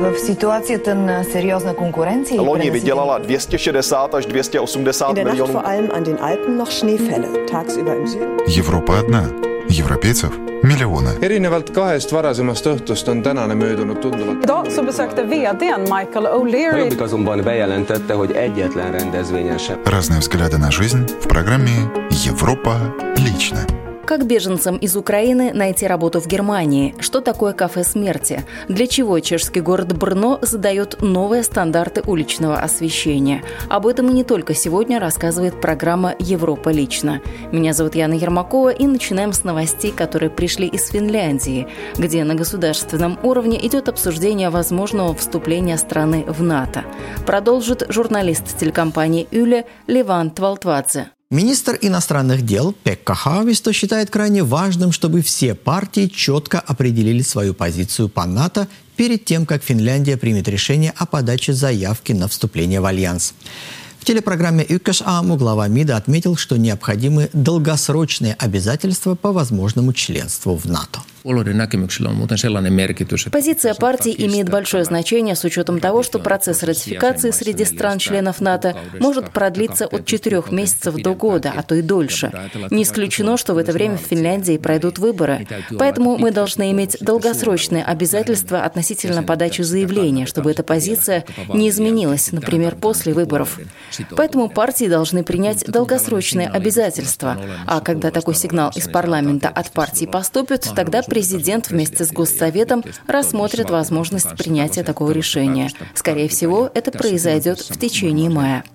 В ситуации серьезной конкуренции. Loni vydělala 260 až 280 milionů. Vor allem an den Alpen noch Schneefälle, tagsüber im Süden. Европа одна. Европейцев миллионы. Erinevalt kahest varasemast õhtust on tänane möödunud tunduvalt. Idag så besökte vd:n Michael O'Leary. Jobbik azonban bejelentette, hogy egyetlen rendezvényen sem. Разные взгляды на жизнь в программе «Европа лично». Как беженцам из Украины найти работу в Германии? Что такое кафе смерти? Для чего чешский город Брно задает новые стандарты уличного освещения? Об этом и не только сегодня рассказывает программа «Европа лично». Меня зовут Яна Ермакова, и начинаем с новостей, которые пришли из Финляндии, где на государственном уровне идет обсуждение возможного вступления страны в НАТО. Продолжит журналист телекомпании «Юле» Леван Твалтвадзе. Министр иностранных дел Пекка Хааvisto считает крайне важным, чтобы все партии четко определили свою позицию по НАТО перед тем, как Финляндия примет решение о подаче заявки на вступление в Альянс. В телепрограмме «Ykkösaamu» глава МИДа отметил, что необходимы долгосрочные обязательства по возможному членству в НАТО. Позиция партии имеет большое значение с учетом того, что процесс ратификации среди стран-членов НАТО может продлиться от 4 месяцев до года, а то и дольше. Не исключено, что в это время в Финляндии пройдут выборы. Поэтому мы должны иметь долгосрочные обязательства относительно подачи заявления, чтобы эта позиция не изменилась, например, после выборов. Поэтому партии должны принять долгосрочные обязательства. А когда такой сигнал из парламента от партии поступит, тогда президент вместе с Госсоветом рассмотрит возможность принятия такого решения. Скорее всего, это произойдет в течение мая.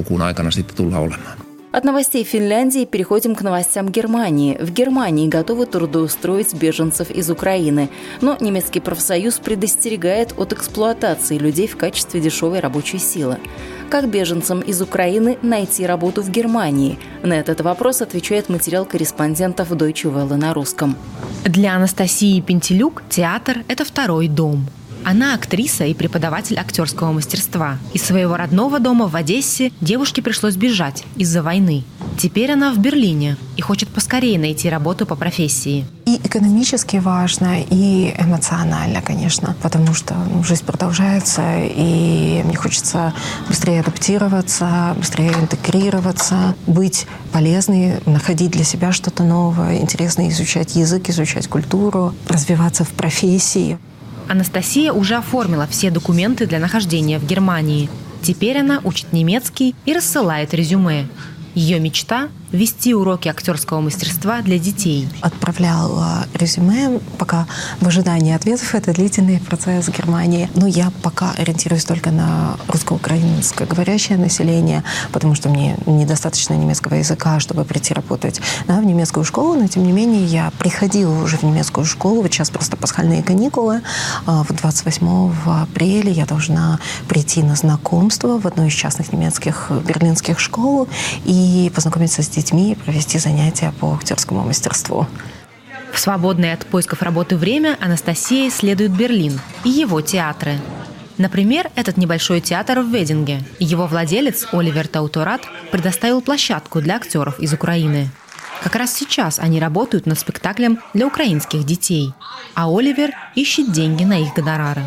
От новостей Финляндии переходим к новостям Германии. В Германии готовы трудоустроить беженцев из Украины, но немецкий профсоюз предостерегает от эксплуатации людей в качестве дешевой рабочей силы. Как беженцам из Украины найти работу в Германии? На этот вопрос отвечает материал корреспондентов Deutsche Welle на русском. Для Анастасии Пентелюк театр – это второй дом. Она актриса и преподаватель актерского мастерства. Из своего родного дома в Одессе девушке пришлось бежать из-за войны. Теперь она в Берлине и хочет поскорее найти работу по профессии. И экономически важно, и эмоционально, конечно, потому что жизнь продолжается, и мне хочется быстрее адаптироваться, быстрее интегрироваться, быть полезной, находить для себя что-то новое, интересно изучать язык, изучать культуру, развиваться в профессии. Анастасия уже оформила все документы для нахождения в Германии. Теперь она учит немецкий и рассылает резюме. Ее мечта – вести уроки актерского мастерства для детей. Отправляла резюме, пока в ожидании ответов. Это длительный процесс в Германии. Но я пока ориентируюсь только на русско-украинскоговорящее население, потому что мне недостаточно немецкого языка, чтобы прийти работать в немецкую школу. Но, тем не менее, я приходила уже в немецкую школу. Вот сейчас просто пасхальные каникулы. 28 апреля я должна прийти на знакомство в одну из частных немецких берлинских школ и познакомиться с детьми и провести занятия по актерскому мастерству. В свободное от поисков работы время Анастасия исследует Берлин и его театры. Например, этот небольшой театр в Вединге. Его владелец Оливер Тауторат предоставил площадку для актеров из Украины. Как раз сейчас они работают над спектаклем для украинских детей, а Оливер ищет деньги на их гонорары.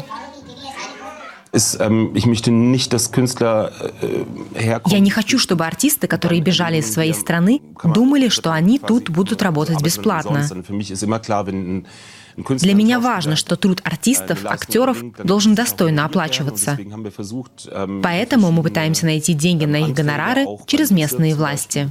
Я не хочу, чтобы артисты, которые бежали из своей страны, думали, что они тут будут работать бесплатно. Для меня важно, что труд артистов, актеров должен достойно оплачиваться. Поэтому мы пытаемся найти деньги на их гонорары через местные власти.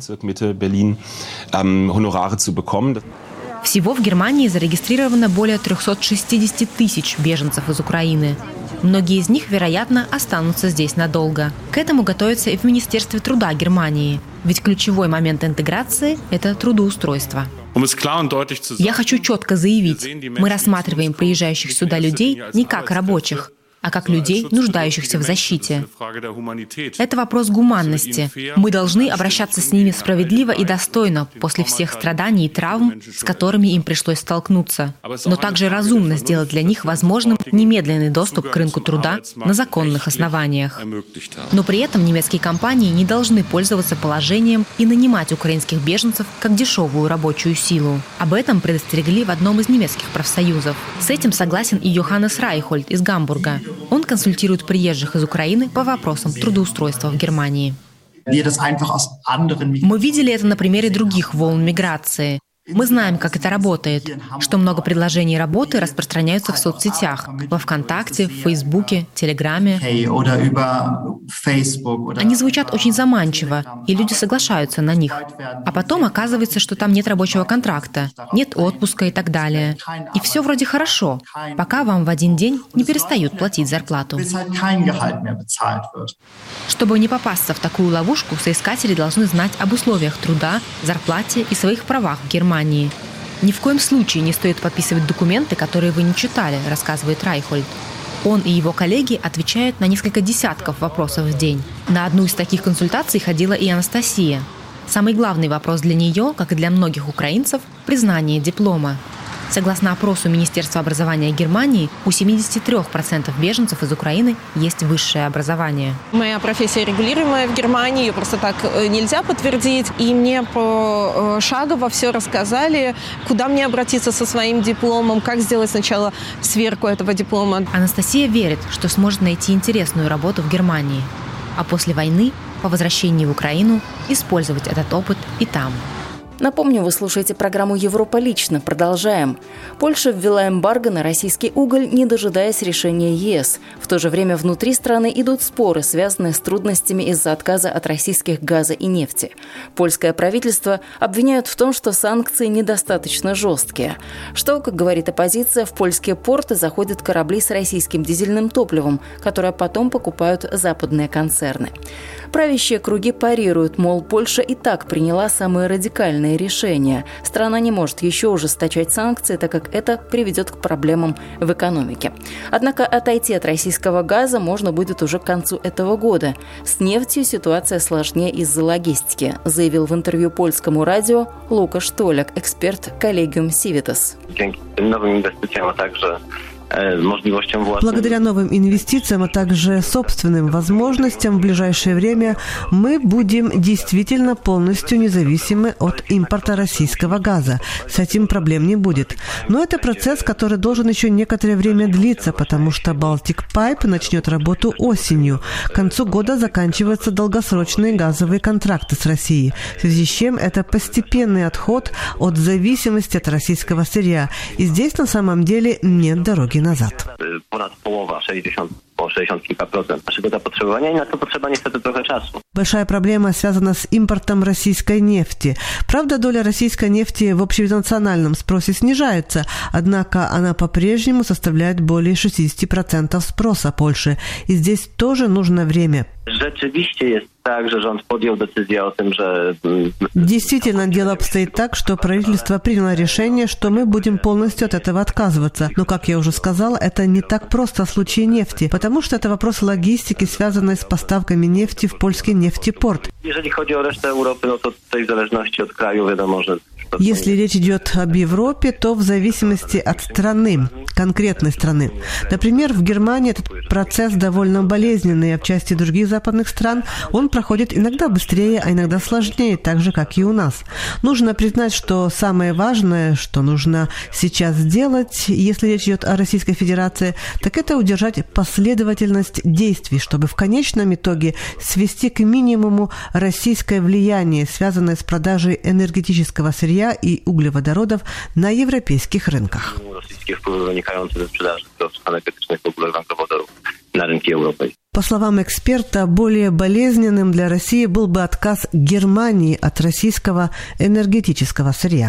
Всего в Германии зарегистрировано более 360 тысяч беженцев из Украины. Многие из них, вероятно, останутся здесь надолго. К этому готовятся и в Министерстве труда Германии. Ведь ключевой момент интеграции – это трудоустройство. Я хочу четко заявить, мы рассматриваем приезжающих сюда людей не как рабочих, а как людей, нуждающихся в защите. Это вопрос гуманности. Мы должны обращаться с ними справедливо и достойно после всех страданий и травм, с которыми им пришлось столкнуться. Но также разумно сделать для них возможным немедленный доступ к рынку труда на законных основаниях. Но при этом немецкие компании не должны пользоваться положением и нанимать украинских беженцев как дешевую рабочую силу. Об этом предостерегли в одном из немецких профсоюзов. С этим согласен и Йоханнес Райхольд из Гамбурга. Он консультирует приезжих из Украины по вопросам трудоустройства в Германии. Мы видели это на примере других волн миграции. Мы знаем, как это работает, что много предложений работы распространяются в соцсетях, во ВКонтакте, в Фейсбуке, Телеграме. Они звучат очень заманчиво, и люди соглашаются на них. А потом оказывается, что там нет рабочего контракта, нет отпуска и так далее. И все вроде хорошо, пока вам в один день не перестают платить зарплату. Чтобы не попасться в такую ловушку, соискатели должны знать об условиях труда, зарплате и своих правах в Германии. Ни в коем случае не стоит подписывать документы, которые вы не читали, рассказывает Райхольд. Он и его коллеги отвечают на несколько десятков вопросов в день. На одну из таких консультаций ходила и Анастасия. Самый главный вопрос для нее, как и для многих украинцев, признание диплома. Согласно опросу Министерства образования Германии, у 73% беженцев из Украины есть высшее образование. Моя профессия регулируемая в Германии, ее просто так нельзя подтвердить. И мне пошагово все рассказали, куда мне обратиться со своим дипломом, как сделать сначала сверку этого диплома. Анастасия верит, что сможет найти интересную работу в Германии. А после войны, по возвращении в Украину, использовать этот опыт и там. Напомню, вы слушаете программу «Европа лично». Продолжаем. Польша ввела эмбарго на российский уголь, не дожидаясь решения ЕС. В то же время внутри страны идут споры, связанные с трудностями из-за отказа от российских газа и нефти. Польское правительство обвиняют в том, что санкции недостаточно жесткие. Что, как говорит оппозиция, в польские порты заходят корабли с российским дизельным топливом, которое потом покупают западные концерны. Правящие круги парируют, мол, Польша и так приняла самые радикальные решения. Страна не может еще ужесточать санкции, так как это приведет к проблемам в экономике. Однако отойти от российского газа можно будет уже к концу этого года. С нефтью ситуация сложнее из-за логистики, заявил в интервью польскому радио Лукаш Толяк, эксперт Collegium Civitas. Благодаря новым инвестициям, а также собственным возможностям в ближайшее время мы будем действительно полностью независимы от импорта российского газа. С этим проблем не будет. Но это процесс, который должен еще некоторое время длиться, потому что Baltic Pipe начнет работу осенью. К концу года заканчиваются долгосрочные газовые контракты с Россией, в связи с чем это постепенный отход от зависимости от российского сырья. И здесь на самом деле нет дороги назад. Большая проблема связана с импортом российской нефти. Правда, доля российской нефти в общенациональном спросе снижается, однако она по-прежнему составляет более 60% спроса Польши. И здесь тоже нужно время. Действительно, дело обстоит так, что правительство приняло решение, что мы будем полностью от этого отказываться. Но, как я уже сказала, это не так просто в случае нефти, потому что это вопрос логистики, связанный с поставками нефти в польский нефтепорт. Если речь идет об Европе, то в зависимости от страны, конкретной страны. Например, в Германии этот процесс довольно болезненный, а в части других западных стран он проходит иногда быстрее, а иногда сложнее, так же, как и у нас. Нужно признать, что самое важное, что нужно сейчас сделать, если речь идет о Российской Федерации, так это удержать последовательность действий, чтобы в конечном итоге свести к минимуму российское влияние, связанное с продажей энергетического сырья и углеводородов на европейских рынках. По словам эксперта, более болезненным для России был бы отказ Германии от российского энергетического сырья.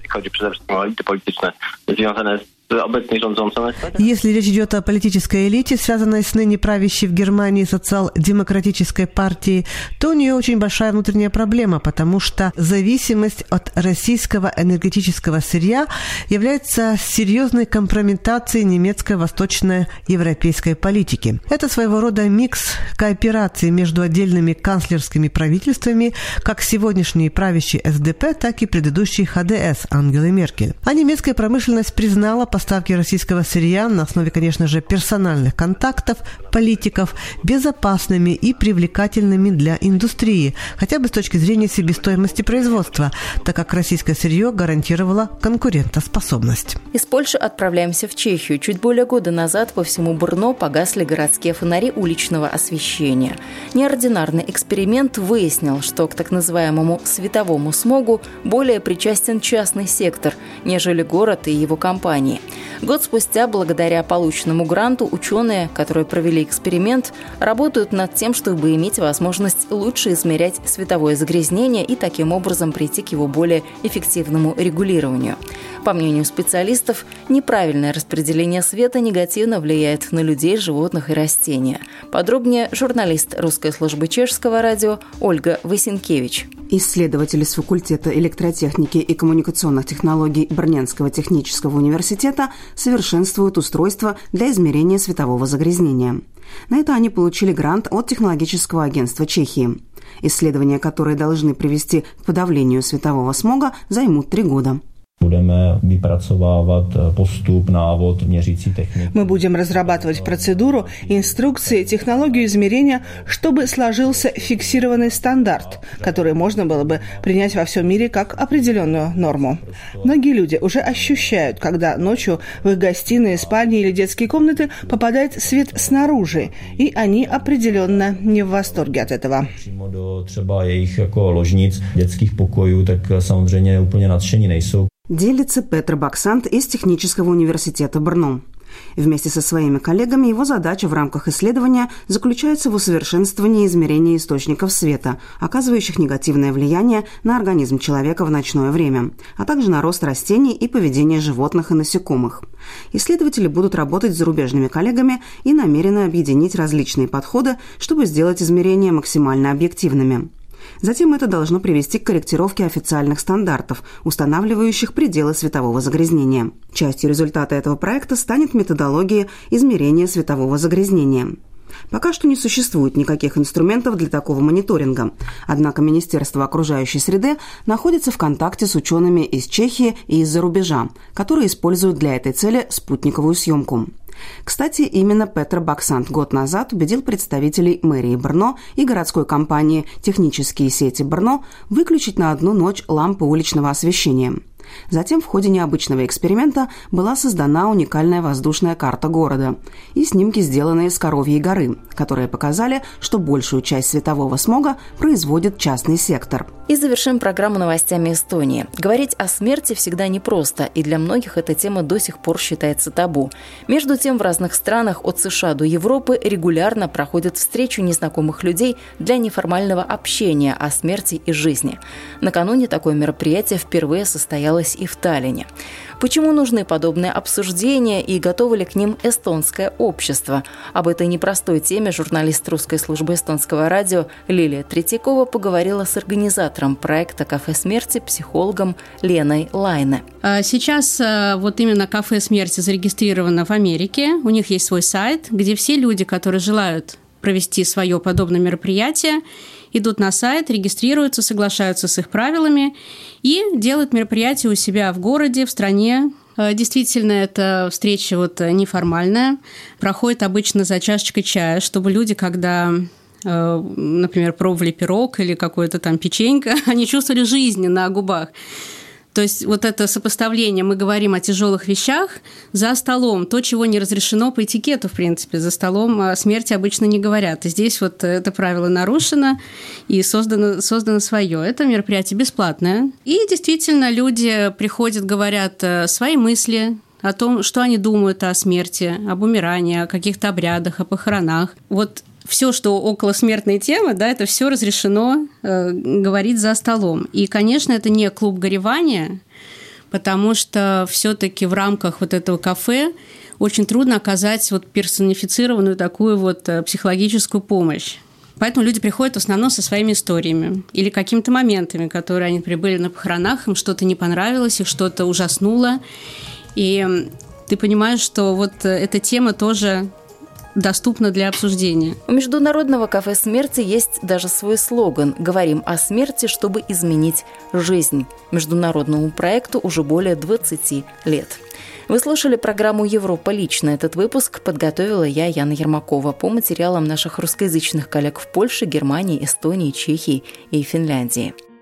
Если речь идет о политической элите, связанной с ныне правящей в Германии социал-демократической партией, то у нее очень большая внутренняя проблема, потому что зависимость от российского энергетического сырья является серьезной компрометацией немецкой восточноевропейской политики. Это своего рода микс кооперации между отдельными канцлерскими правительствами, как сегодняшний правящий СДП, так и предыдущий ХДС Ангелы Меркель. А немецкая промышленность признала по поставки российского сырья на основе, конечно же, персональных контактов политиков безопасными и привлекательными для индустрии, хотя бы с точки зрения себестоимости производства, так как российское сырье гарантировало конкурентоспособность. Из Польши отправляемся в Чехию. Чуть более года назад по всему Брно погасли городские фонари уличного освещения. Неординарный эксперимент выяснил, что к так называемому световому смогу более причастен частный сектор, нежели город и его компании. Год спустя, благодаря полученному гранту, ученые, которые провели эксперимент, работают над тем, чтобы иметь возможность лучше измерять световое загрязнение и таким образом прийти к его более эффективному регулированию. По мнению специалистов, неправильное распределение света негативно влияет на людей, животных и растения. Подробнее журналист русской службы чешского радио Ольга Васенкевич. Исследователи с факультета электротехники и коммуникационных технологий Брненского технического университета совершенствуют устройства для измерения светового загрязнения. На это они получили грант от Технологического агентства Чехии. Исследования, которые должны привести к подавлению светового смога, займут 3 года. Мы будем разрабатывать процедуру, инструкции, технологию измерения, чтобы сложился фиксированный стандарт, который можно было бы принять во всем мире как определенную норму. Многие люди уже ощущают, когда ночью в их гостиные, спальни или детские комнаты попадает свет снаружи, и они определенно не в восторге от этого. Делится Петр Баксант из Технического университета Брно. Вместе со своими коллегами его задача в рамках исследования заключается в усовершенствовании измерения источников света, оказывающих негативное влияние на организм человека в ночное время, а также на рост растений и поведение животных и насекомых. Исследователи будут работать с зарубежными коллегами и намерены объединить различные подходы, чтобы сделать измерения максимально объективными. Затем это должно привести к корректировке официальных стандартов, устанавливающих пределы светового загрязнения. Частью результата этого проекта станет методология измерения светового загрязнения. Пока что не существует никаких инструментов для такого мониторинга. Однако Министерство окружающей среды находится в контакте с учеными из Чехии и из-за рубежа, которые используют для этой цели спутниковую съемку. Кстати, именно Петр Баксант год назад убедил представителей мэрии Брно и городской компании «Технические сети Брно» выключить на одну ночь лампы уличного освещения. Затем в ходе необычного эксперимента была создана уникальная воздушная карта города и снимки, сделанные с Коровьей горы, которые показали, что большую часть светового смога производит частный сектор. И завершим программу новостями Эстонии. Говорить о смерти всегда непросто, и для многих эта тема до сих пор считается табу. Между тем, в разных странах от США до Европы регулярно проходят встречи незнакомых людей для неформального общения о смерти и жизни. Накануне такое мероприятие впервые состоялось и в Таллине. Почему нужны подобные обсуждения и готовы ли к ним эстонское общество? Об этой непростой теме журналист русской службы эстонского радио Лилия Третьякова поговорила с организатором проекта «Кафе смерти», психологом Леной Лайне. Сейчас вот именно «Кафе смерти» зарегистрировано в Америке. У них есть свой сайт, где все люди, которые желают провести свое подобное мероприятие, идут на сайт, регистрируются, соглашаются с их правилами и делают мероприятие у себя в городе, в стране. Действительно, эта встреча неформальная, проходит обычно за чашечкой чая, чтобы люди, когда, например, пробовали пирог или какое-то там печенье, они чувствовали жизнь на губах. То есть вот это сопоставление, мы говорим о тяжелых вещах за столом, то, чего не разрешено по этикету, в принципе, за столом о смерти обычно не говорят. И здесь вот это правило нарушено и создано свое. Это мероприятие бесплатное. И действительно люди приходят, говорят свои мысли о том, что они думают о смерти, об умирании, о каких-то обрядах, о похоронах. Вот все, что околосмертные темы, да, это все разрешено говорить за столом. И, конечно, это не клуб горевания, потому что все-таки в рамках вот этого кафе очень трудно оказать персонифицированную такую психологическую помощь. Поэтому люди приходят в основном со своими историями или какими-то моментами, которые они прибыли на похоронах, им что-то не понравилось, их что-то ужаснуло. И ты понимаешь, что эта тема тоже доступно для обсуждения. У Международного кафе смерти есть даже свой слоган «Говорим о смерти, чтобы изменить жизнь». Международному проекту уже более 20 лет. Вы слушали программу «Европа лично». Этот выпуск подготовила я, Яна Ермакова, по материалам наших русскоязычных коллег в Польше, Германии, Эстонии, Чехии и Финляндии.